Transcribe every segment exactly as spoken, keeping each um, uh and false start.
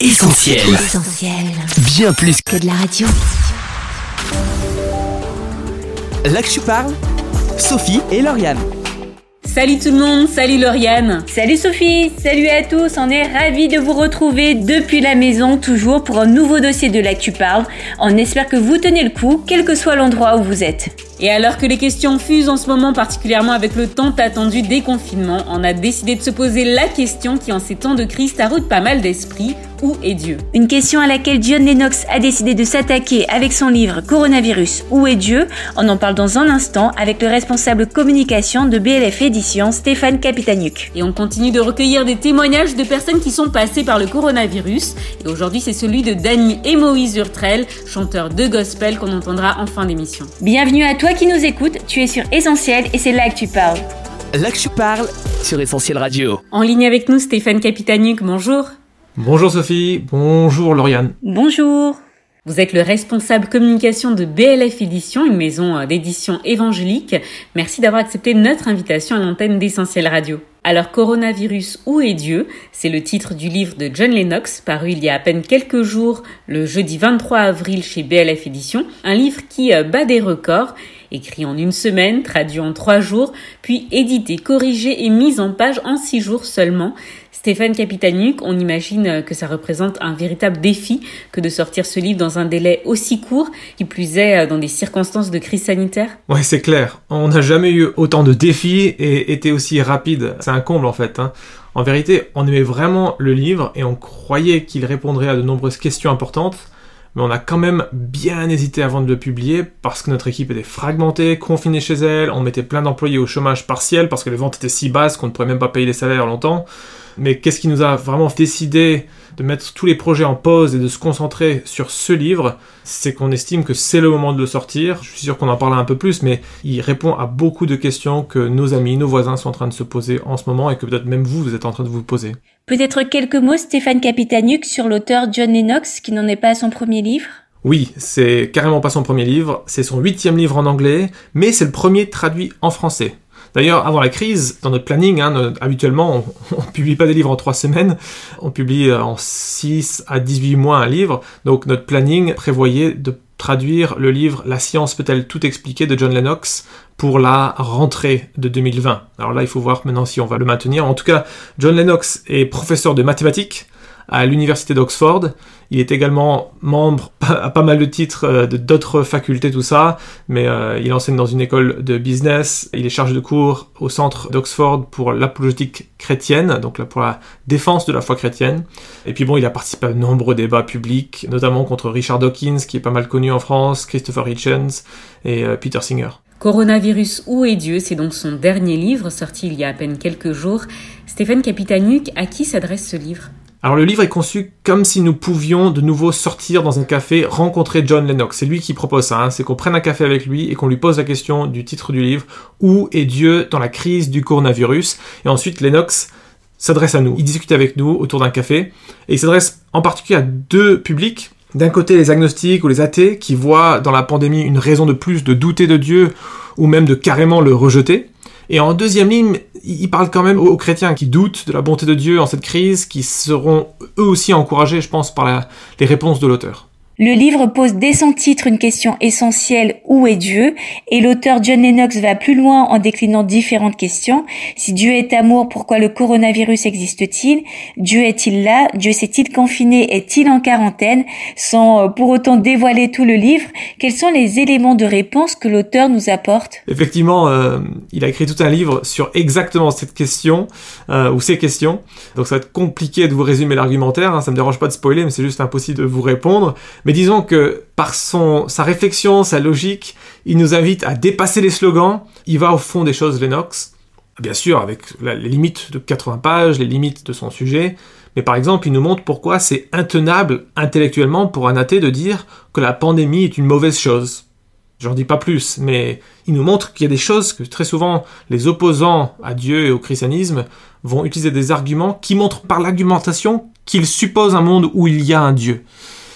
Essentiel. Essentiel. Bien plus Que de la radio. Là que je parle, Sophie et Lauriane. Salut tout le monde, salut Lauriane. Salut Sophie, salut à tous, on est ravis de vous retrouver depuis la maison, toujours pour un nouveau dossier de Là que tu parles. On espère que vous tenez le coup, quel que soit l'endroit où vous êtes. Et alors que les questions fusent en ce moment, particulièrement avec le tant attendu déconfinement, on a décidé de se poser la question qui en ces temps de crise taraude pas mal d'esprit. Où est Dieu ? Une question à laquelle John Lennox a décidé de s'attaquer avec son livre Coronavirus, Où est Dieu ? On en parle dans un instant avec le responsable communication de B L F Éditions, Stéphane Kapitaniuk. Et on continue de recueillir des témoignages de personnes qui sont passées par le coronavirus. Et aujourd'hui, c'est celui de Dany et Moïse Urtrel, chanteurs de gospel qu'on entendra en fin d'émission. Bienvenue à toi qui nous écoutes, tu es sur Essentiel et c'est là que tu parles. Là que je parle sur Essentiel Radio. En ligne avec nous, Stéphane Kapitaniuk, bonjour. Bonjour Sophie, bonjour Lauriane. Bonjour. Vous êtes le responsable communication de B L F Éditions, une maison d'édition évangélique. Merci d'avoir accepté notre invitation à l'antenne d'Essentiel Radio. Alors, Coronavirus, où est Dieu ? C'est le titre du livre de John Lennox, paru il y a à peine quelques jours, le jeudi vingt-trois avril chez B L F Éditions. Un livre qui bat des records, écrit en une semaine, traduit en trois jours, puis édité, corrigé et mis en page en six jours seulement. Stéphane Kapitaniuk, on imagine que ça représente un véritable défi que de sortir ce livre dans un délai aussi court, qui plus est dans des circonstances de crise sanitaire. Ouais, c'est clair. On n'a jamais eu autant de défis et été aussi rapide. C'est un comble en fait. Hein. En vérité, on aimait vraiment le livre et on croyait qu'il répondrait à de nombreuses questions importantes. Mais on a quand même bien hésité avant de le publier parce que notre équipe était fragmentée, confinée chez elle, on mettait plein d'employés au chômage partiel parce que les ventes étaient si basses qu'on ne pourrait même pas payer les salaires longtemps. Mais qu'est-ce qui nous a vraiment décidé de mettre tous les projets en pause et de se concentrer sur ce livre ? C'est qu'on estime que c'est le moment de le sortir. Je suis sûr qu'on en parlera un peu plus, mais il répond à beaucoup de questions que nos amis, nos voisins sont en train de se poser en ce moment et que peut-être même vous, vous êtes en train de vous poser. Peut-être quelques mots, Stéphane Kapitaniuk, sur l'auteur John Lennox, qui n'en est pas à son premier livre ? Oui, c'est carrément pas son premier livre, c'est son huitième livre en anglais, mais c'est le premier traduit en français. D'ailleurs, avant la crise, dans notre planning, hein, notre, habituellement, on ne publie pas des livres en trois semaines, on publie en six à dix-huit mois un livre, donc notre planning prévoyait de traduire le livre « La science peut-elle tout expliquer » de John Lennox pour la rentrée de deux mille vingt. Alors là, il faut voir maintenant si on va le maintenir. En tout cas, John Lennox est professeur de mathématiques à l'université d'Oxford. Il est également membre à pas mal de titres de d'autres facultés, tout ça, mais euh, il enseigne dans une école de business. Il est chargé de cours au centre d'Oxford pour l'apologétique chrétienne, donc là pour la défense de la foi chrétienne. Et puis bon, il a participé à de nombreux débats publics, notamment contre Richard Dawkins, qui est pas mal connu en France, Christopher Hitchens et euh, Peter Singer. Coronavirus, où est Dieu ? C'est donc son dernier livre, sorti il y a à peine quelques jours. Stéphane Kapitaniuk, à qui s'adresse ce livre ? Alors le livre est conçu comme si nous pouvions de nouveau sortir dans un café, rencontrer John Lennox. C'est lui qui propose ça, hein. C'est qu'on prenne un café avec lui et qu'on lui pose la question du titre du livre « Où est Dieu dans la crise du coronavirus ?» Et ensuite Lennox s'adresse à nous. Il discute avec nous autour d'un café et il s'adresse en particulier à deux publics. D'un côté les agnostiques ou les athées qui voient dans la pandémie une raison de plus de douter de Dieu ou même de carrément le rejeter. Et en deuxième ligne, il parle quand même aux chrétiens qui doutent de la bonté de Dieu en cette crise, qui seront eux aussi encouragés, je pense, par la, les réponses de l'auteur. Le livre pose dès son titre une question essentielle, où est Dieu ? Et l'auteur John Lennox va plus loin en déclinant différentes questions. Si Dieu est amour, pourquoi le coronavirus existe-t-il ? Dieu est-il là ? Dieu s'est-il confiné ? Est-il en quarantaine ? Sans pour autant dévoiler tout le livre, quels sont les éléments de réponse que l'auteur nous apporte ? Effectivement, euh, il a écrit tout un livre sur exactement cette question, euh, ou ces questions. Donc ça va être compliqué de vous résumer l'argumentaire, hein, ça me dérange pas de spoiler, mais c'est juste impossible de vous répondre. Mais disons que par son, sa réflexion, sa logique, il nous invite à dépasser les slogans. Il va au fond des choses, Lennox. Bien sûr, avec la, les limites de quatre-vingts pages, les limites de son sujet. Mais par exemple, il nous montre pourquoi c'est intenable intellectuellement pour un athée de dire que la pandémie est une mauvaise chose. J'en dis pas plus, mais il nous montre qu'il y a des choses que très souvent les opposants à Dieu et au christianisme vont utiliser des arguments qui montrent par l'argumentation qu'ils supposent un monde où il y a un Dieu.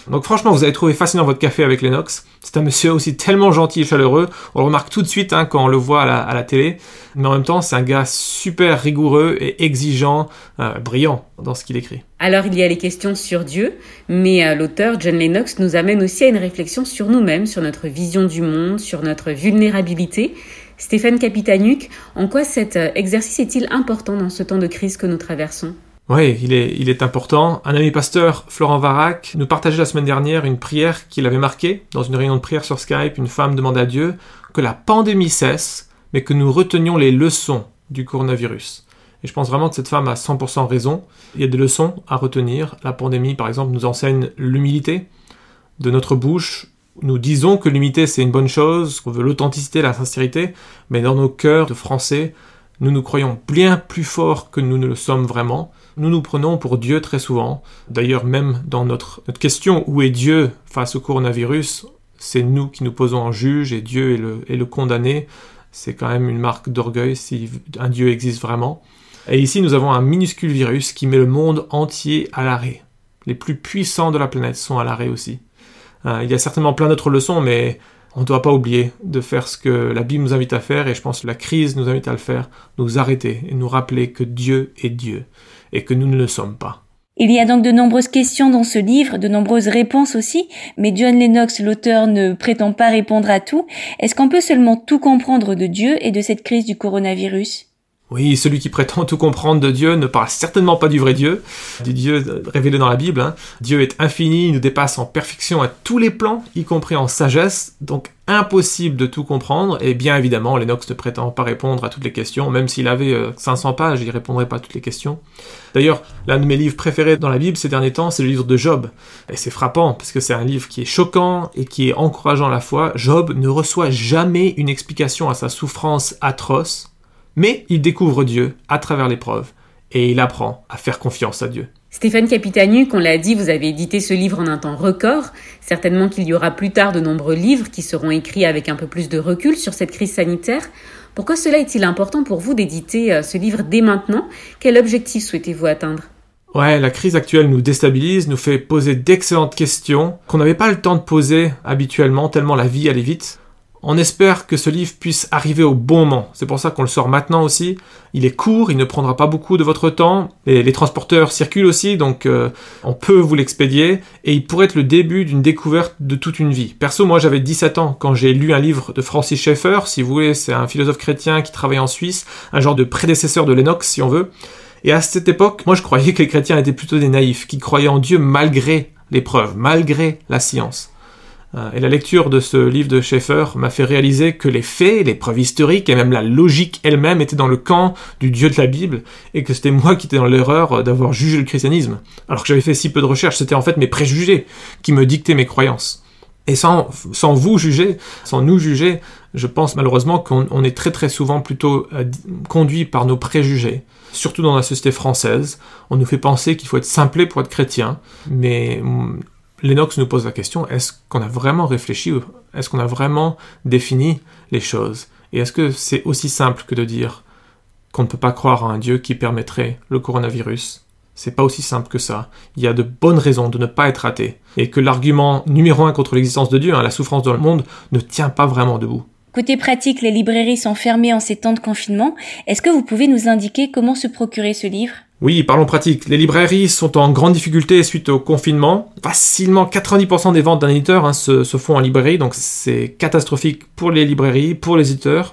Donc franchement, vous allez trouver fascinant votre café avec Lennox. C'est un monsieur aussi tellement gentil et chaleureux. On le remarque tout de suite hein, quand on le voit à la, à la télé. Mais en même temps, c'est un gars super rigoureux et exigeant, euh, brillant dans ce qu'il écrit. Alors il y a les questions sur Dieu, mais euh, l'auteur John Lennox nous amène aussi à une réflexion sur nous-mêmes, sur notre vision du monde, sur notre vulnérabilité. Stéphane Capitaniuk, en quoi cet euh, exercice est-il important dans ce temps de crise que nous traversons ? Oui, il est, il est important. Un ami pasteur, Florent Varac, nous partageait la semaine dernière une prière qu'il avait marquée. Dans une réunion de prière sur Skype, une femme demandait à Dieu que la pandémie cesse, mais que nous retenions les leçons du coronavirus. Et je pense vraiment que cette femme a cent pour cent raison. Il y a des leçons à retenir. La pandémie, par exemple, nous enseigne l'humilité. De notre bouche, nous disons que l'humilité, c'est une bonne chose, qu'on veut l'authenticité, la sincérité, mais dans nos cœurs de Français, nous nous croyons bien plus forts que nous ne le sommes vraiment. Nous nous prenons pour Dieu très souvent. D'ailleurs, même dans notre, notre question « Où est Dieu ?» face au coronavirus, c'est nous qui nous posons en juge et Dieu est le, est le condamné. C'est quand même une marque d'orgueil si un Dieu existe vraiment. Et ici, nous avons un minuscule virus qui met le monde entier à l'arrêt. Les plus puissants de la planète sont à l'arrêt aussi. Euh, il y a certainement plein d'autres leçons, mais on ne doit pas oublier de faire ce que la Bible nous invite à faire, et je pense que la crise nous invite à le faire, nous arrêter et nous rappeler que Dieu est Dieu, et que nous ne le sommes pas. Il y a donc de nombreuses questions dans ce livre, de nombreuses réponses aussi, mais John Lennox, l'auteur, ne prétend pas répondre à tout. Est-ce qu'on peut seulement tout comprendre de Dieu et de cette crise du coronavirus ? Oui, celui qui prétend tout comprendre de Dieu ne parle certainement pas du vrai Dieu, du Dieu révélé dans la Bible. Hein. Dieu est infini, il nous dépasse en perfection à tous les plans, y compris en sagesse, donc impossible de tout comprendre, et bien évidemment, Lennox ne prétend pas répondre à toutes les questions, même s'il avait euh, cinq cents pages, il ne répondrait pas à toutes les questions. D'ailleurs, l'un de mes livres préférés dans la Bible ces derniers temps, c'est le livre de Job. Et c'est frappant, parce que c'est un livre qui est choquant et qui est encourageant à la fois. Job ne reçoit jamais une explication à sa souffrance atroce, mais il découvre Dieu à travers l'épreuve et il apprend à faire confiance à Dieu. Stéphane Capitaniuk, on l'a dit, vous avez édité ce livre en un temps record. Certainement qu'il y aura plus tard de nombreux livres qui seront écrits avec un peu plus de recul sur cette crise sanitaire. Pourquoi cela est-il important pour vous d'éditer ce livre dès maintenant ? Quel objectif souhaitez-vous atteindre ? Ouais, la crise actuelle nous déstabilise, nous fait poser d'excellentes questions qu'on n'avait pas le temps de poser habituellement, tellement la vie allait vite. On espère que ce livre puisse arriver au bon moment. C'est pour ça qu'on le sort maintenant aussi. Il est court, il ne prendra pas beaucoup de votre temps. Et les transporteurs circulent aussi, donc euh, on peut vous l'expédier. Et il pourrait être le début d'une découverte de toute une vie. Perso, moi j'avais dix-sept ans quand j'ai lu un livre de Francis Schaeffer. Si vous voulez, c'est un philosophe chrétien qui travaille en Suisse, un genre de prédécesseur de Lennox, si on veut. Et à cette époque, moi je croyais que les chrétiens étaient plutôt des naïfs, qui croyaient en Dieu malgré l'épreuve, malgré la science. Et la lecture de ce livre de Schaeffer m'a fait réaliser que les faits, les preuves historiques et même la logique elle-même étaient dans le camp du Dieu de la Bible et que c'était moi qui étais dans l'erreur d'avoir jugé le christianisme. Alors que j'avais fait si peu de recherches, c'était en fait mes préjugés qui me dictaient mes croyances. Et sans, sans vous juger, sans nous juger, je pense malheureusement qu'on on est très très souvent plutôt euh, conduit par nos préjugés. Surtout dans la société française, on nous fait penser qu'il faut être simplé pour être chrétien, mais Lennox nous pose la question, est-ce qu'on a vraiment réfléchi, est-ce qu'on a vraiment défini les choses ? Et est-ce que c'est aussi simple que de dire qu'on ne peut pas croire à un Dieu qui permettrait le coronavirus ? C'est pas aussi simple que ça. Il y a de bonnes raisons de ne pas être athée. Et que l'argument numéro un contre l'existence de Dieu, hein, la souffrance dans le monde, ne tient pas vraiment debout. Côté pratique, les librairies sont fermées en ces temps de confinement. Est-ce que vous pouvez nous indiquer comment se procurer ce livre ? Oui, parlons pratique. Les librairies sont en grande difficulté suite au confinement. Facilement, quatre-vingt-dix pour cent des ventes d'un éditeur hein, se, se font en librairie, donc c'est catastrophique pour les librairies, pour les éditeurs.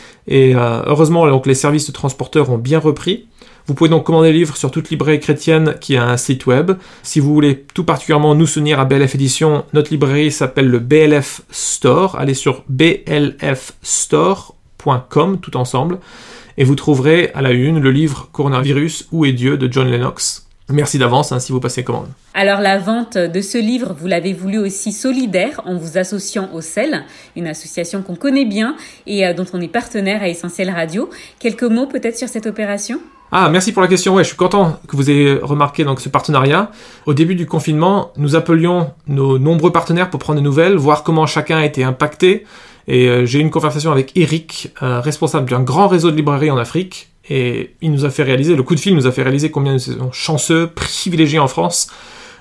Et euh, heureusement, donc, les services de transporteurs ont bien repris. Vous pouvez donc commander le livre sur toute librairie chrétienne qui a un site web. Si vous voulez tout particulièrement nous soutenir à B L F Édition, notre librairie s'appelle le B L F Store. Allez sur b l f store point com tout ensemble et vous trouverez à la une le livre Coronavirus, Où est Dieu de John Lennox. Merci d'avance hein, si vous passez commande. Alors la vente de ce livre, vous l'avez voulu aussi solidaire en vous associant au C E L, une association qu'on connaît bien et euh, dont on est partenaire à Essentiel Radio. Quelques mots peut-être sur cette opération ? Ah, merci pour la question. Ouais, je suis content que vous ayez remarqué donc ce partenariat. Au début du confinement, nous appelions nos nombreux partenaires pour prendre des nouvelles, voir comment chacun a été impacté. Et euh, j'ai eu une conversation avec Eric, euh, responsable d'un grand réseau de librairies en Afrique. Et il nous a fait réaliser, le coup de fil nous a fait réaliser combien nous sommes chanceux, privilégiés en France,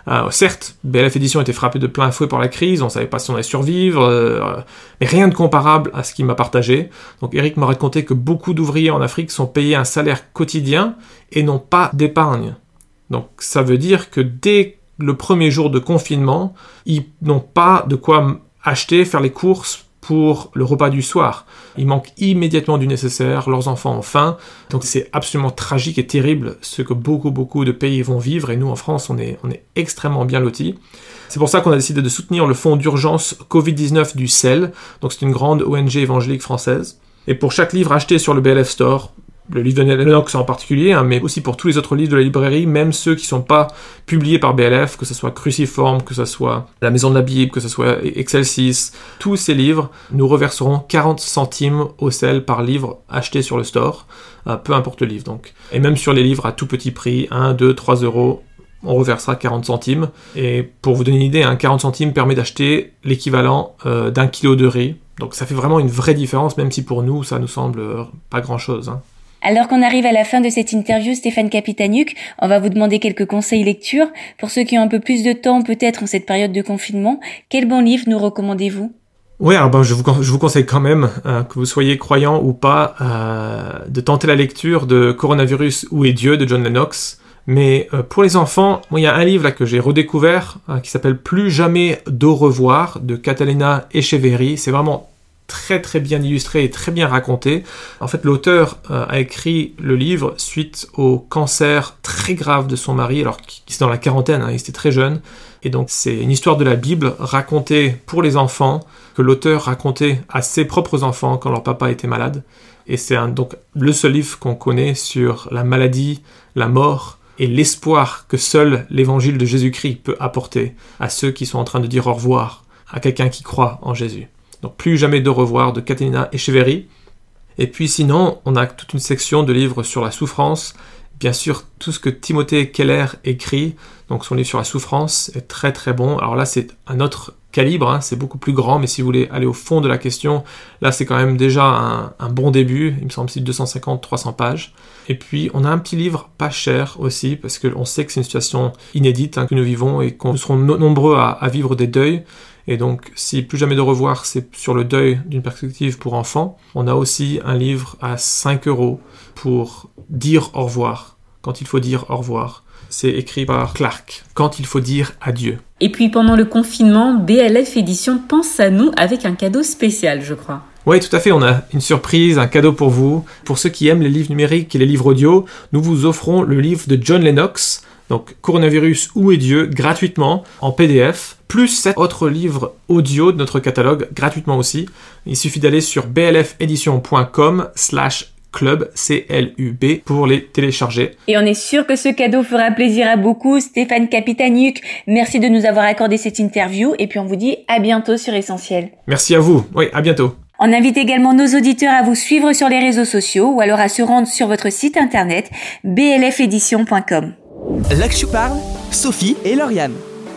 Euh, certes, B L F Édition était frappé de plein fouet par la crise, on savait pas si on allait survivre, euh, mais rien de comparable à ce qu'il m'a partagé. Donc Eric m'a raconté que beaucoup d'ouvriers en Afrique sont payés un salaire quotidien et n'ont pas d'épargne. Donc ça veut dire que dès le premier jour de confinement, ils n'ont pas de quoi acheter, faire les courses pour le repas du soir. Il manque immédiatement du nécessaire, leurs enfants ont faim, donc c'est absolument tragique et terrible ce que beaucoup beaucoup de pays vont vivre, et nous en France on est, on est extrêmement bien lotis. C'est pour ça qu'on a décidé de soutenir le fonds d'urgence covid dix-neuf du C E L, donc c'est une grande O N G évangélique française, et pour chaque livre acheté sur le B L F Store, le livre de Lennox en particulier, hein, mais aussi pour tous les autres livres de la librairie, même ceux qui ne sont pas publiés par B L F, que ce soit Cruciforme, que ce soit La Maison de la Bible, que ce soit Excelsis, tous ces livres, nous reverserons quarante centimes au C E L par livre acheté sur le store, euh, peu importe le livre donc. Et même sur les livres à tout petit prix, un, deux, trois euros, on reversera quarante centimes. Et pour vous donner une idée, hein, quarante centimes permet d'acheter l'équivalent euh, d'un kilo de riz. Donc ça fait vraiment une vraie différence, même si pour nous, ça nous semble euh, pas grand-chose, hein. Alors qu'on arrive à la fin de cette interview, Stéphane Capitanuc, on va vous demander quelques conseils lecture. Pour ceux qui ont un peu plus de temps, peut-être en cette période de confinement, quel bon livre nous recommandez-vous ? Oui, alors ben, je, vous, je vous conseille quand même, euh, que vous soyez croyant ou pas, euh, de tenter la lecture de Coronavirus, où est Dieu de John Lennox. Mais euh, pour les enfants, il y a un livre là que j'ai redécouvert, euh, qui s'appelle Plus jamais d'au revoir de Catalina Echeverri. C'est vraiment très très bien illustré et très bien raconté. En fait, l'auteur euh, a écrit le livre suite au cancer très grave de son mari, alors qu'il était dans la quarantaine, hein, il était très jeune. Et donc, c'est une histoire de la Bible racontée pour les enfants, que l'auteur racontait à ses propres enfants quand leur papa était malade. Et c'est un, donc le seul livre qu'on connaît sur la maladie, la mort et l'espoir que seul l'évangile de Jésus-Christ peut apporter à ceux qui sont en train de dire au revoir à quelqu'un qui croit en Jésus. Donc Plus jamais d'au revoir de Catalina Echeverri. Et puis sinon, on a toute une section de livres sur la souffrance. Bien sûr, tout ce que Timothée Keller écrit, donc son livre sur la souffrance, est très très bon. Alors là, c'est un autre calibre, hein, c'est beaucoup plus grand, mais si vous voulez aller au fond de la question, là c'est quand même déjà un, un bon début, il me semble que c'est deux cent cinquante à trois cents pages. Et puis on a un petit livre pas cher aussi, parce qu'on sait que c'est une situation inédite, hein, que nous vivons, et qu'on seront no- nombreux à, à vivre des deuils. Et donc, si Plus jamais de revoir, c'est sur le deuil d'une perspective pour enfants, on a aussi un livre à cinq euros pour dire au revoir, quand il faut dire au revoir. C'est écrit par Clark, Quand il faut dire adieu. Et puis pendant le confinement, B L F Édition pense à nous avec un cadeau spécial, je crois. Oui, tout à fait, on a une surprise, un cadeau pour vous. Pour ceux qui aiment les livres numériques et les livres audio, nous vous offrons le livre de John Lennox, donc Coronavirus, où est Dieu, gratuitement, en P D F, plus sept autres livres audio de notre catalogue, gratuitement aussi. Il suffit d'aller sur blfedition.com slash club, C L U B, pour les télécharger. Et on est sûr que ce cadeau fera plaisir à beaucoup. Stéphane Capitanuc, merci de nous avoir accordé cette interview, et puis on vous dit à bientôt sur Essentiel. Merci à vous, oui, à bientôt. On invite également nos auditeurs à vous suivre sur les réseaux sociaux, ou alors à se rendre sur votre site internet b l f edition point com. L'Actu parle, Sophie et Lauriane.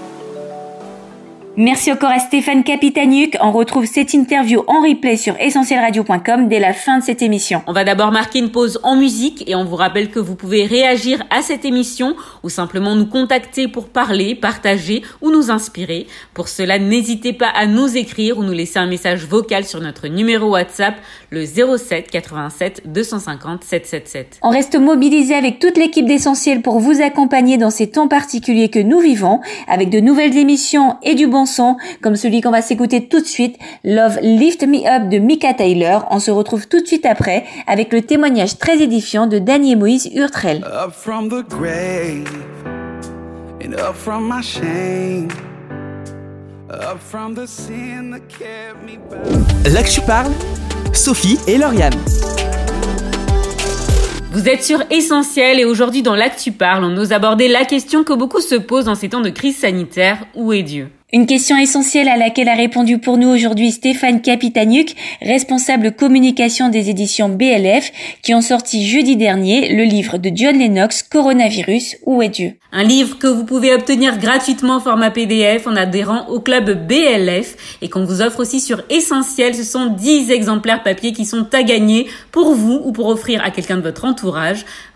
Merci encore à Stéphane Capitanuc. On retrouve cette interview en replay sur essentiel radio point com dès la fin de cette émission. On va d'abord marquer une pause en musique et on vous rappelle que vous pouvez réagir à cette émission ou simplement nous contacter pour parler, partager ou nous inspirer. Pour cela, n'hésitez pas à nous écrire ou nous laisser un message vocal sur notre numéro WhatsApp, le zéro sept quatre-vingt-sept deux cent cinquante sept cent soixante-dix-sept. On reste mobilisé avec toute l'équipe d'Essentiel pour vous accompagner dans ces temps particuliers que nous vivons, avec de nouvelles émissions et du bon son, comme celui qu'on va s'écouter tout de suite, Love Lift Me Up de Mika Taylor. On se retrouve tout de suite après avec le témoignage très édifiant de Danny et Moïse Hurtrel. Up from the grave and up from my shame, up from the sin that kept me bound. L'Actu parle, Sophie et Lauriane. Vous êtes sur Essentiel et aujourd'hui dans l'Actu parle, on ose aborder la question que beaucoup se posent dans ces temps de crise sanitaire, où est Dieu ? Une question essentielle à laquelle a répondu pour nous aujourd'hui Stéphane Capitanuc, responsable communication des éditions B L F, qui ont sorti jeudi dernier le livre de John Lennox, Coronavirus, où est Dieu ? Un livre que vous pouvez obtenir gratuitement en format P D F en adhérant au club B L F et qu'on vous offre aussi sur Essentiel. Ce sont dix exemplaires papier qui sont à gagner pour vous ou pour offrir à quelqu'un de votre entourage.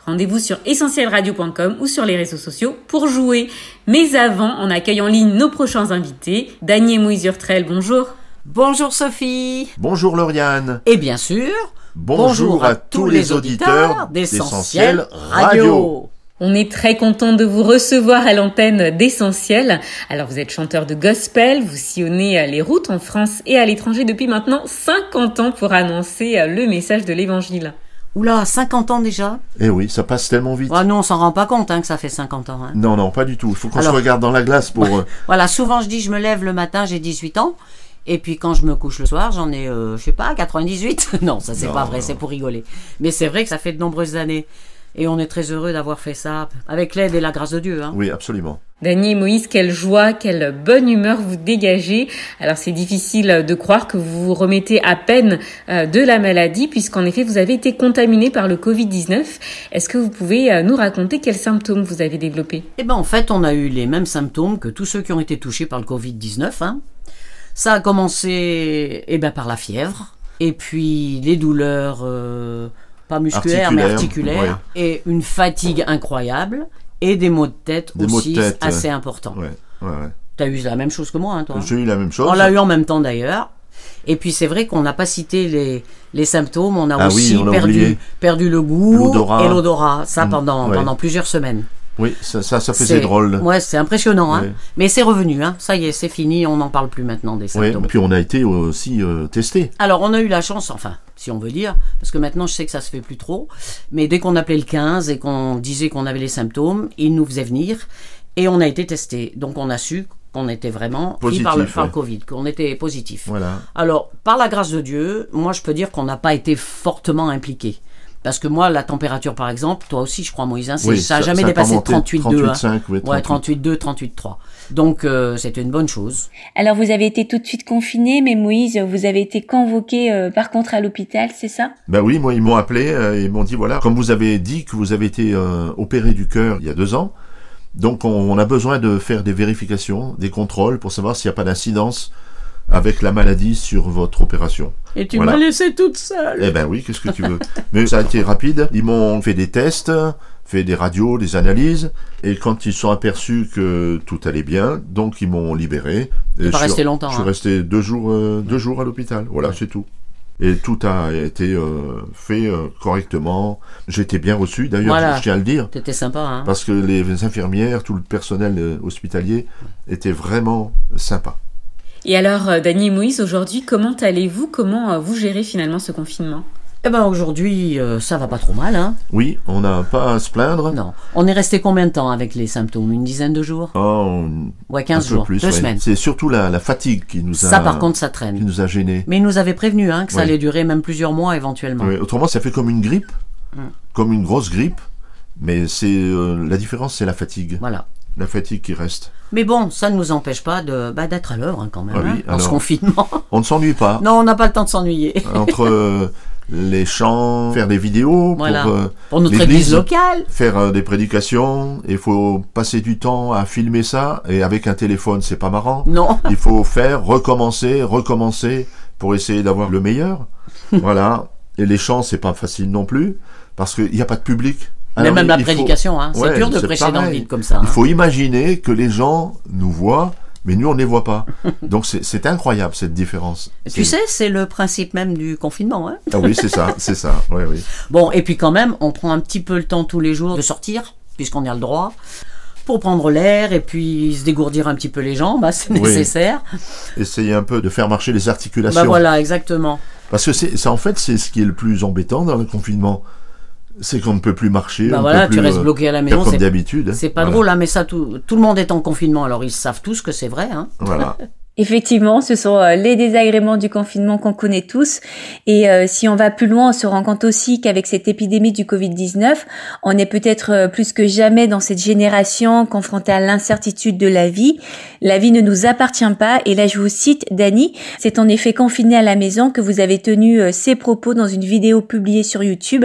Rendez-vous sur essentiel radio point com ou sur les réseaux sociaux pour jouer. Mais avant, on accueille en ligne nos prochains invités. Dany et Moïse Urtrel, bonjour. Bonjour Sophie. Bonjour Lauriane. Et bien sûr, bonjour, bonjour à, à tous les auditeurs d'Essentiel Radio. On est très content de vous recevoir à l'antenne d'Essentiel. Alors vous êtes chanteur de gospel, vous sillonnez les routes en France et à l'étranger depuis maintenant cinquante ans pour annoncer le message de l'Évangile. Oula, cinquante ans déjà ? Eh oui, ça passe tellement vite. Ah, nous, on s'en rend pas compte hein, que ça fait cinquante ans. Hein. Non, non, pas du tout. Il faut qu'on Alors, se regarde dans la glace pour... Voilà, souvent je dis je me lève le matin, j'ai dix-huit ans. Et puis quand je me couche le soir, j'en ai, euh, je sais pas, quatre-vingt-dix-huit. Non, ça c'est non, pas vrai, non. C'est pour rigoler. Mais c'est vrai que ça fait de nombreuses années. Et on est très heureux d'avoir fait ça, avec l'aide et la grâce de Dieu. Hein. Oui, absolument. Dany et Moïse, quelle joie, quelle bonne humeur vous dégagez. Alors c'est difficile de croire que vous vous remettez à peine de la maladie, puisqu'en effet vous avez été contaminé par le covid dix-neuf. Est-ce que vous pouvez nous raconter quels symptômes vous avez développés ? Eh ben en fait, on a eu les mêmes symptômes que tous ceux qui ont été touchés par le covid dix-neuf. Hein. Ça a commencé eh ben, par la fièvre, et puis les douleurs... Euh, pas musculaires, mais articulaires, ouais. Et une fatigue incroyable, et des maux de tête des aussi de tête, assez euh, importants. Ouais, ouais, ouais. Tu as eu la même chose que moi, hein, toi ? J'ai eu la même chose. On l'a eu en même temps d'ailleurs. Et puis c'est vrai qu'on n'a pas cité les, les symptômes, on a ah aussi oui, on a perdu, perdu le goût l'odorat. et l'odorat, ça pendant, ouais. pendant plusieurs semaines. Oui, ça, ça, ça faisait c'est, drôle. Ouais, c'est impressionnant, hein. Ouais. Mais c'est revenu, hein. Ça y est, c'est fini, on n'en parle plus maintenant des symptômes. Oui, puis on a été aussi euh, testés. Alors, on a eu la chance, enfin, si on veut dire, parce que maintenant je sais que ça se fait plus trop, mais dès qu'on appelait le quinze et qu'on disait qu'on avait les symptômes, ils nous faisaient venir et on a été testés. Donc, on a su qu'on était vraiment positif, pris par le, par ouais. le Covid, qu'on était positif. Voilà. Alors, par la grâce de Dieu, moi je peux dire qu'on n'a pas été fortement impliqués. Parce que moi, la température, par exemple, toi aussi, je crois, Moïse, hein, oui, ça n'a jamais dépassé trente-huit virgule deux. Hein. Oui, ouais, trente-huit virgule deux, trente-huit virgule trois. Donc, euh, c'était une bonne chose. Alors, vous avez été tout de suite confiné, mais Moïse, vous avez été convoqué, euh, par contre, à l'hôpital, c'est ça ? Ben oui, moi, ils m'ont appelé, euh, ils m'ont dit, voilà, comme vous avez dit que vous avez été euh, opéré du cœur il y a deux ans, donc on, on a besoin de faire des vérifications, des contrôles pour savoir s'il n'y a pas d'incidence avec la maladie sur votre opération. Et tu voilà. m'as laissée toute seule. Eh ben oui, qu'est-ce que tu veux. Mais ça a été rapide. Ils m'ont fait des tests, fait des radios, des analyses, et quand ils sont aperçus que tout allait bien, donc ils m'ont libéré. Tu n'es pas resté longtemps. Je suis hein. resté deux jours, euh, deux jours à l'hôpital. Voilà, ouais. C'est tout. Et tout a été euh, fait euh, correctement. J'ai été bien reçu, d'ailleurs, voilà. je, je tiens à le dire. T'étais sympa, hein. Parce que les infirmières, tout le personnel euh, hospitalier était vraiment sympa. Et alors, Dany et Moïse, aujourd'hui, comment allez-vous ? Comment euh, vous gérez finalement ce confinement ? Eh ben aujourd'hui, euh, ça va pas trop mal, hein. Oui, on n'a pas à se plaindre. Non. On est resté combien de temps avec les symptômes ? Une dizaine de jours ? Oh, on... Ouais, quinze un peu jours, plus, deux ouais. semaines. C'est surtout la, la fatigue qui nous a... Ça, par contre, ça traîne. Qui nous a gênés. Mais ils nous avaient prévenu, hein, que ça ouais. allait durer même plusieurs mois éventuellement. Ouais. Autrement, ça fait comme une grippe, mmh. comme une grosse grippe, mais c'est euh, la différence, c'est la fatigue. Voilà. La fatigue qui reste. Mais bon, ça ne nous empêche pas de, bah, d'être à l'œuvre hein, quand même, ah oui, hein, dans alors, ce confinement. On ne s'ennuie pas. Non, on n'a pas le temps de s'ennuyer. Entre euh, les chants, faire des vidéos voilà. pour, euh, pour notre église locale, faire euh, des prédications, il faut passer du temps à filmer ça, et avec un téléphone, c'est pas marrant. Non. Il faut faire, recommencer, recommencer, pour essayer d'avoir le meilleur. Voilà. Et les chants, c'est pas facile non plus, parce qu'il n'y a pas de public. Alors, même la prédication, faut... hein. c'est ouais, dur de prêcher pareil. Dans le vide comme ça. Il hein. faut imaginer que les gens nous voient, mais nous on ne les voit pas. Donc c'est, c'est incroyable cette différence. Tu c'est... sais, c'est le principe même du confinement. Hein. Ah oui, c'est ça, c'est ça. Ouais, oui. Bon, et puis quand même, on prend un petit peu le temps tous les jours de sortir, puisqu'on y a le droit, pour prendre l'air et puis se dégourdir un petit peu les jambes, bah, c'est oui. nécessaire. Essayer un peu de faire marcher les articulations. Bah voilà, exactement. Parce que c'est, c'est en fait c'est ce qui est le plus embêtant dans le confinement. C'est qu'on ne peut plus marcher. Bah on voilà, peut plus, tu restes bloqué à la maison. Comme c'est, d'habitude. C'est pas voilà. drôle, hein, mais ça, tout, tout le monde est en confinement, alors ils savent tous que c'est vrai. Hein. Voilà. Effectivement, ce sont les désagréments du confinement qu'on connaît tous. Et euh, si on va plus loin, on se rend compte aussi qu'avec cette épidémie du covid dix-neuf, on est peut-être plus que jamais dans cette génération confrontée à l'incertitude de la vie. La vie ne nous appartient pas. Et là, je vous cite, Dany, c'est en effet confiné à la maison que vous avez tenu ces propos dans une vidéo publiée sur YouTube.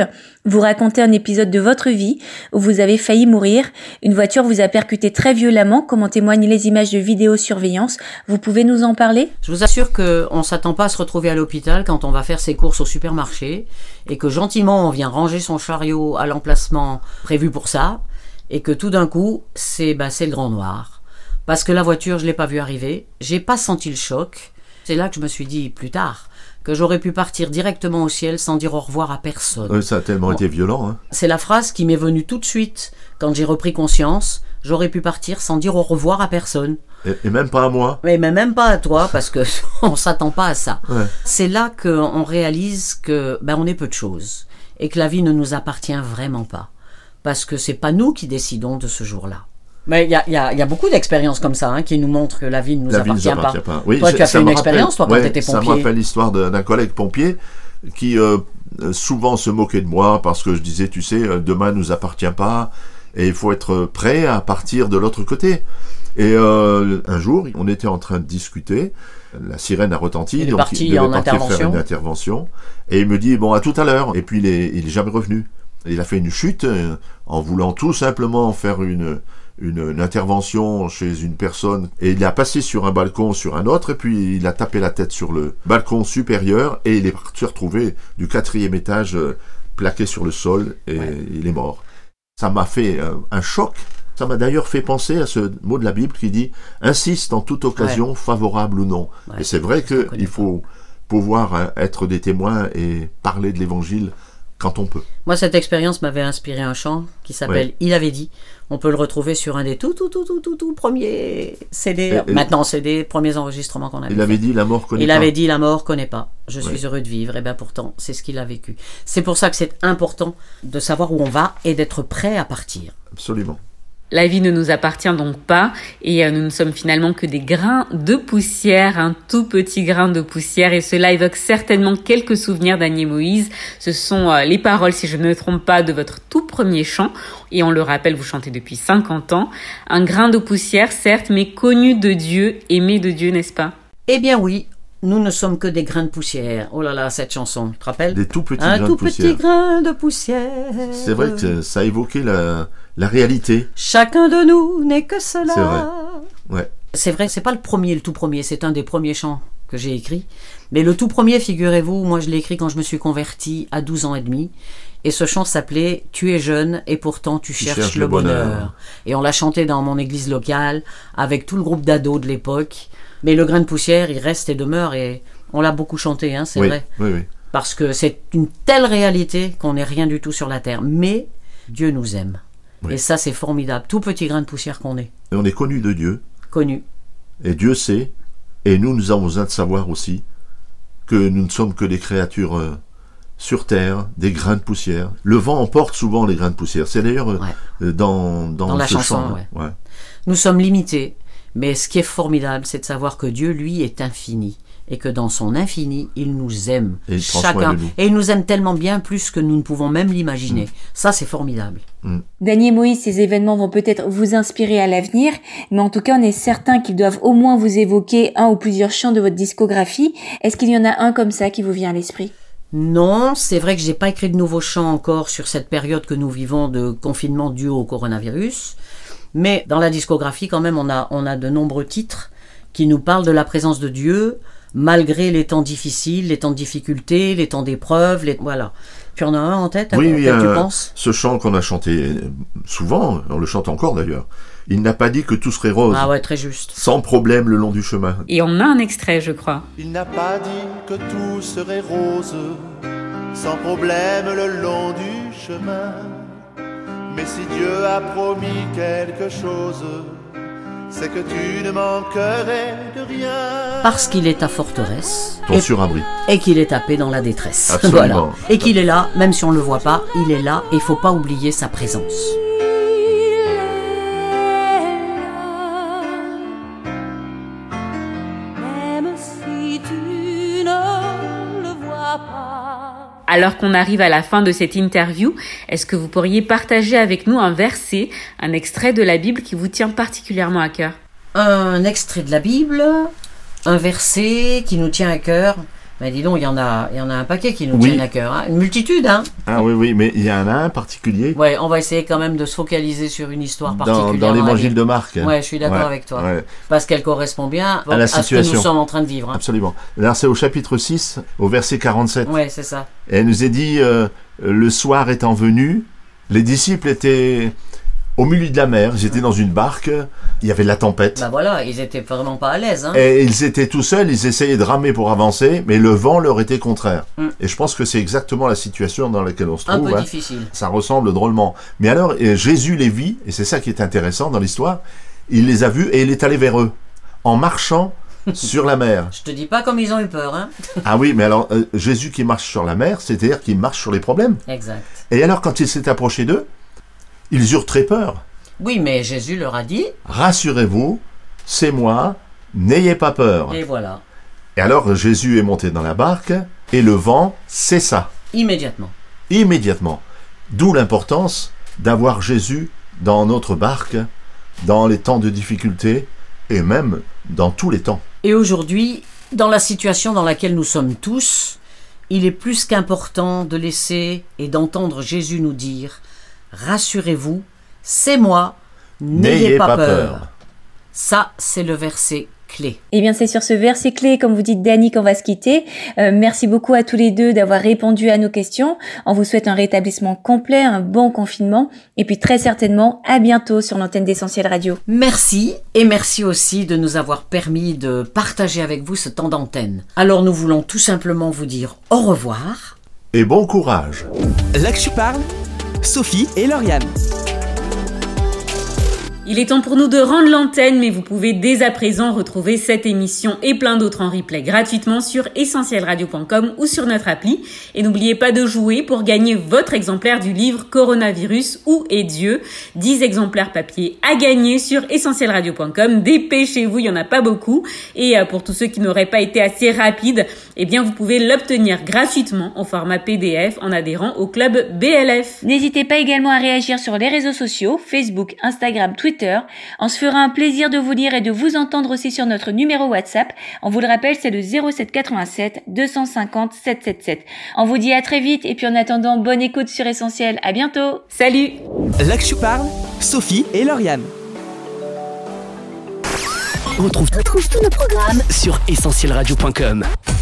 Vous racontez un épisode de votre vie où vous avez failli mourir. Une voiture vous a percuté très violemment, comme en témoignent les images de vidéosurveillance. Vous pouvez nous en parler ? Je vous assure qu'on ne s'attend pas à se retrouver à l'hôpital quand on va faire ses courses au supermarché et que gentiment on vient ranger son chariot à l'emplacement prévu pour ça et que tout d'un coup, c'est, bah, c'est le grand noir. Parce que la voiture, je ne l'ai pas vue arriver, j'ai pas senti le choc. C'est là que je me suis dit plus tard que j'aurais pu partir directement au ciel sans dire au revoir à personne. Euh, ça a tellement bon. été violent. Hein. C'est la phrase qui m'est venue tout de suite quand j'ai repris conscience. J'aurais pu partir sans dire au revoir à personne. Et, et même pas à moi. Mais, mais même pas à toi, parce que on s'attend pas à ça. Ouais. C'est là qu'on réalise que ben on est peu de choses et que la vie ne nous appartient vraiment pas, parce que c'est pas nous qui décidons de ce jour-là. Mais il y a, y, a, y a beaucoup d'expériences comme ça hein, qui nous montrent que la vie ne nous la appartient, vie nous appartient pas. pas. Oui, toi, tu as fait une expérience, toi, quand ouais, tu étais pompier. Ça me rappelle l'histoire d'un, d'un collègue pompier qui euh, souvent se moquait de moi parce que je disais, tu sais, demain ne nous appartient pas et il faut être prêt à partir de l'autre côté. Et euh, un jour, on était en train de discuter, la sirène a retenti, il est donc parti il devait en partir intervention. faire une intervention, et il me dit, bon, à tout à l'heure, et puis il est, il est jamais revenu. Il a fait une chute euh, en voulant tout simplement faire une... Une, une intervention chez une personne et il a passé sur un balcon sur un autre et puis il a tapé la tête sur le balcon supérieur et il est parti retrouver du quatrième étage euh, plaqué sur le sol et ouais. Il est mort. Ça m'a fait euh, un choc. Ça m'a d'ailleurs fait penser à ce mot de la Bible qui dit « insiste en toute occasion, ouais. favorable ou non ouais. ». Et c'est vrai qu'il faut pouvoir hein, être des témoins et parler de l'évangile quand on peut. Moi, cette expérience m'avait inspiré un chant qui s'appelle ouais. « Il avait dit ». On peut le retrouver sur un des tout, tout, tout, tout, tout, tout premiers C D. Et, et Maintenant, c'est des premiers enregistrements qu'on a fait. Il avait dit « La mort connaît il pas ». Il avait dit « La mort connaît pas. Je suis ouais. heureux de vivre. » Et bien pourtant, c'est ce qu'il a vécu. C'est pour ça que c'est important de savoir où on va et d'être prêt à partir. Absolument. La vie ne nous appartient donc pas et nous ne sommes finalement que des grains de poussière, un tout petit grain de poussière, et cela évoque certainement quelques souvenirs d'Annie Moïse. Ce sont les paroles, si je ne me trompe pas, de votre tout premier chant, et on le rappelle, vous chantez depuis cinquante ans. Un grain de poussière, certes, mais connu de Dieu, aimé de Dieu, n'est-ce pas ? Eh bien oui, nous ne sommes que des grains de poussière. Oh là là, cette chanson, tu te rappelles ? Des tout petits un grains tout de poussière. Un tout petit grain de poussière. C'est vrai que ça évoquait la... La réalité. Chacun de nous n'est que cela. C'est vrai. Ouais. C'est vrai, c'est pas le premier, le tout premier, c'est un des premiers chants que j'ai écrit. Mais le tout premier, figurez-vous, moi je l'ai écrit quand je me suis converti à douze ans et demi. Et ce chant s'appelait « Tu es jeune et pourtant tu, tu cherches, cherches le bonheur. bonheur ». Et on l'a chanté dans mon église locale avec tout le groupe d'ados de l'époque. Mais le grain de poussière, il reste et demeure et on l'a beaucoup chanté, hein, c'est oui, vrai. Oui, oui. Parce que c'est une telle réalité qu'on n'est rien du tout sur la terre. Mais Dieu nous aime. Oui. Et ça, c'est formidable. Tout petit grain de poussière qu'on est. Et on est connu de Dieu. Connu. Et Dieu sait. Et nous, nous avons besoin de savoir aussi que nous ne sommes que des créatures euh, sur terre, des grains de poussière. Le vent emporte souvent les grains de poussière. C'est d'ailleurs euh, ouais. dans, dans, dans la ce chanson. chant. Ouais. Ouais. Nous sommes limités. Mais ce qui est formidable, c'est de savoir que Dieu, lui, est infini. Et que dans son infini, il nous aime. Et il chacun. Nous. Et il nous aime tellement bien, plus que nous ne pouvons même l'imaginer. Mmh. Ça, c'est formidable. Mmh. Dany et Moïse, ces événements vont peut-être vous inspirer à l'avenir, mais en tout cas, on est certain qu'ils doivent au moins vous évoquer un ou plusieurs chants de votre discographie. Est-ce qu'il y en a un comme ça qui vous vient à l'esprit ? Non, c'est vrai que j'ai pas écrit de nouveaux chants encore sur cette période que nous vivons de confinement dû au coronavirus. Mais dans la discographie, quand même, on a, on a de nombreux titres qui nous parlent de la présence de Dieu, malgré les temps difficiles, les temps de difficulté, les temps d'épreuve, les... voilà. Tu en as un en tête, oui, à oui, quel tu euh, penses ? Ce chant qu'on a chanté souvent, on le chante encore d'ailleurs. Il n'a pas dit que tout serait rose. Ah ouais, très juste. Sans problème le long du chemin. Et on a un extrait, je crois. Il n'a pas dit que tout serait rose, sans problème le long du chemin. Mais si Dieu a promis quelque chose, c'est que tu ne manquerais de rien. Parce qu'il est ta forteresse. Ton surabri. Et qu'il est tapé dans la détresse. Absolument. Voilà. Et qu'il est là, même si on ne le voit pas, il est là et il ne faut pas oublier sa présence. Alors qu'on arrive à la fin de cette interview, est-ce que vous pourriez partager avec nous un verset, un extrait de la Bible qui vous tient particulièrement à cœur ? Un extrait de la Bible, un verset qui nous tient à cœur. Mais dis donc, il y en a, il y en a un paquet qui nous Oui. tiennent à cœur, hein. Une multitude, hein. Ah oui, oui, mais il y en a un particulier Ouais, on va essayer quand même de se focaliser sur une histoire dans, particulière. dans la l'évangile Bible. de Marc. Ouais, je suis d'accord Ouais, avec toi. ouais. Parce qu'elle correspond bien À la à ce que situation. nous sommes en train de vivre. Hein. Absolument. Là, c'est au chapitre six, au verset quarante-sept. Ouais, c'est ça. Et elle nous est dit, euh, le soir étant venu, les disciples étaient au milieu de la mer, ils étaient dans une barque, il y avait de la tempête. Bah voilà, ils étaient vraiment pas à l'aise. Hein. Et ils étaient tout seuls, ils essayaient de ramer pour avancer, mais le vent leur était contraire. Mm. Et je pense que c'est exactement la situation dans laquelle on se Un trouve. peu hein. difficile. Ça ressemble drôlement. Mais alors, euh, Jésus les vit, et c'est ça qui est intéressant dans l'histoire, il les a vus et il est allé vers eux, en marchant sur la mer. Je te dis pas comme ils ont eu peur, hein. Ah oui, mais alors, euh, Jésus qui marche sur la mer, c'est-à-dire qu'il marche sur les problèmes. Exact. Et alors, quand il s'est approché d'eux, ils eurent très peur. Oui, mais Jésus leur a dit, Rassurez-vous, c'est moi, n'ayez pas peur. et voilà, Et alors, Jésus est monté dans la barque, et le vent cessa, immédiatement. immédiatement. D'où l'importance d'avoir Jésus dans notre barque, dans les temps de difficulté, et même dans tous les temps. Et aujourd'hui, dans la situation dans laquelle nous sommes tous, il est plus qu'important de laisser et d'entendre Jésus nous dire « Rassurez-vous, c'est moi, n'ayez pas, peur ». Ça, c'est le verset clé. Eh bien, c'est sur ce verset clé, comme vous dites, Dani, qu'on va se quitter. Euh, merci beaucoup à tous les deux d'avoir répondu à nos questions. On vous souhaite un rétablissement complet, un bon confinement, et puis très certainement à bientôt sur l'antenne d'Essentiel Radio. Merci, et merci aussi de nous avoir permis de partager avec vous ce temps d'antenne. Alors nous voulons tout simplement vous dire au revoir. Et bon courage. Là que je parle, Sophie et Lauriane. Il est temps pour nous de rendre l'antenne, mais vous pouvez dès à présent retrouver cette émission et plein d'autres en replay gratuitement sur essentiel radio point com ou sur notre appli. Et n'oubliez pas de jouer pour gagner votre exemplaire du livre Coronavirus, où est Dieu? dix exemplaires papier à gagner sur essentiel radio point com. Dépêchez-vous, il n'y en a pas beaucoup. Et pour tous ceux qui n'auraient pas été assez rapides, eh bien vous pouvez l'obtenir gratuitement au format P D F en adhérant au club B L F. N'hésitez pas également à réagir sur les réseaux sociaux, Facebook, Instagram, Twitter. On se fera un plaisir de vous lire et de vous entendre aussi sur notre numéro WhatsApp. On vous le rappelle, c'est le zéro sept quatre-vingt-sept deux cent cinquante sept cent soixante-sept. On vous dit à très vite et puis en attendant, bonne écoute sur Essentiel. À bientôt. Salut! Là que je parle, Sophie et Lauriane. On retrouve, retrouve tous nos programmes sur essentiel radio point com.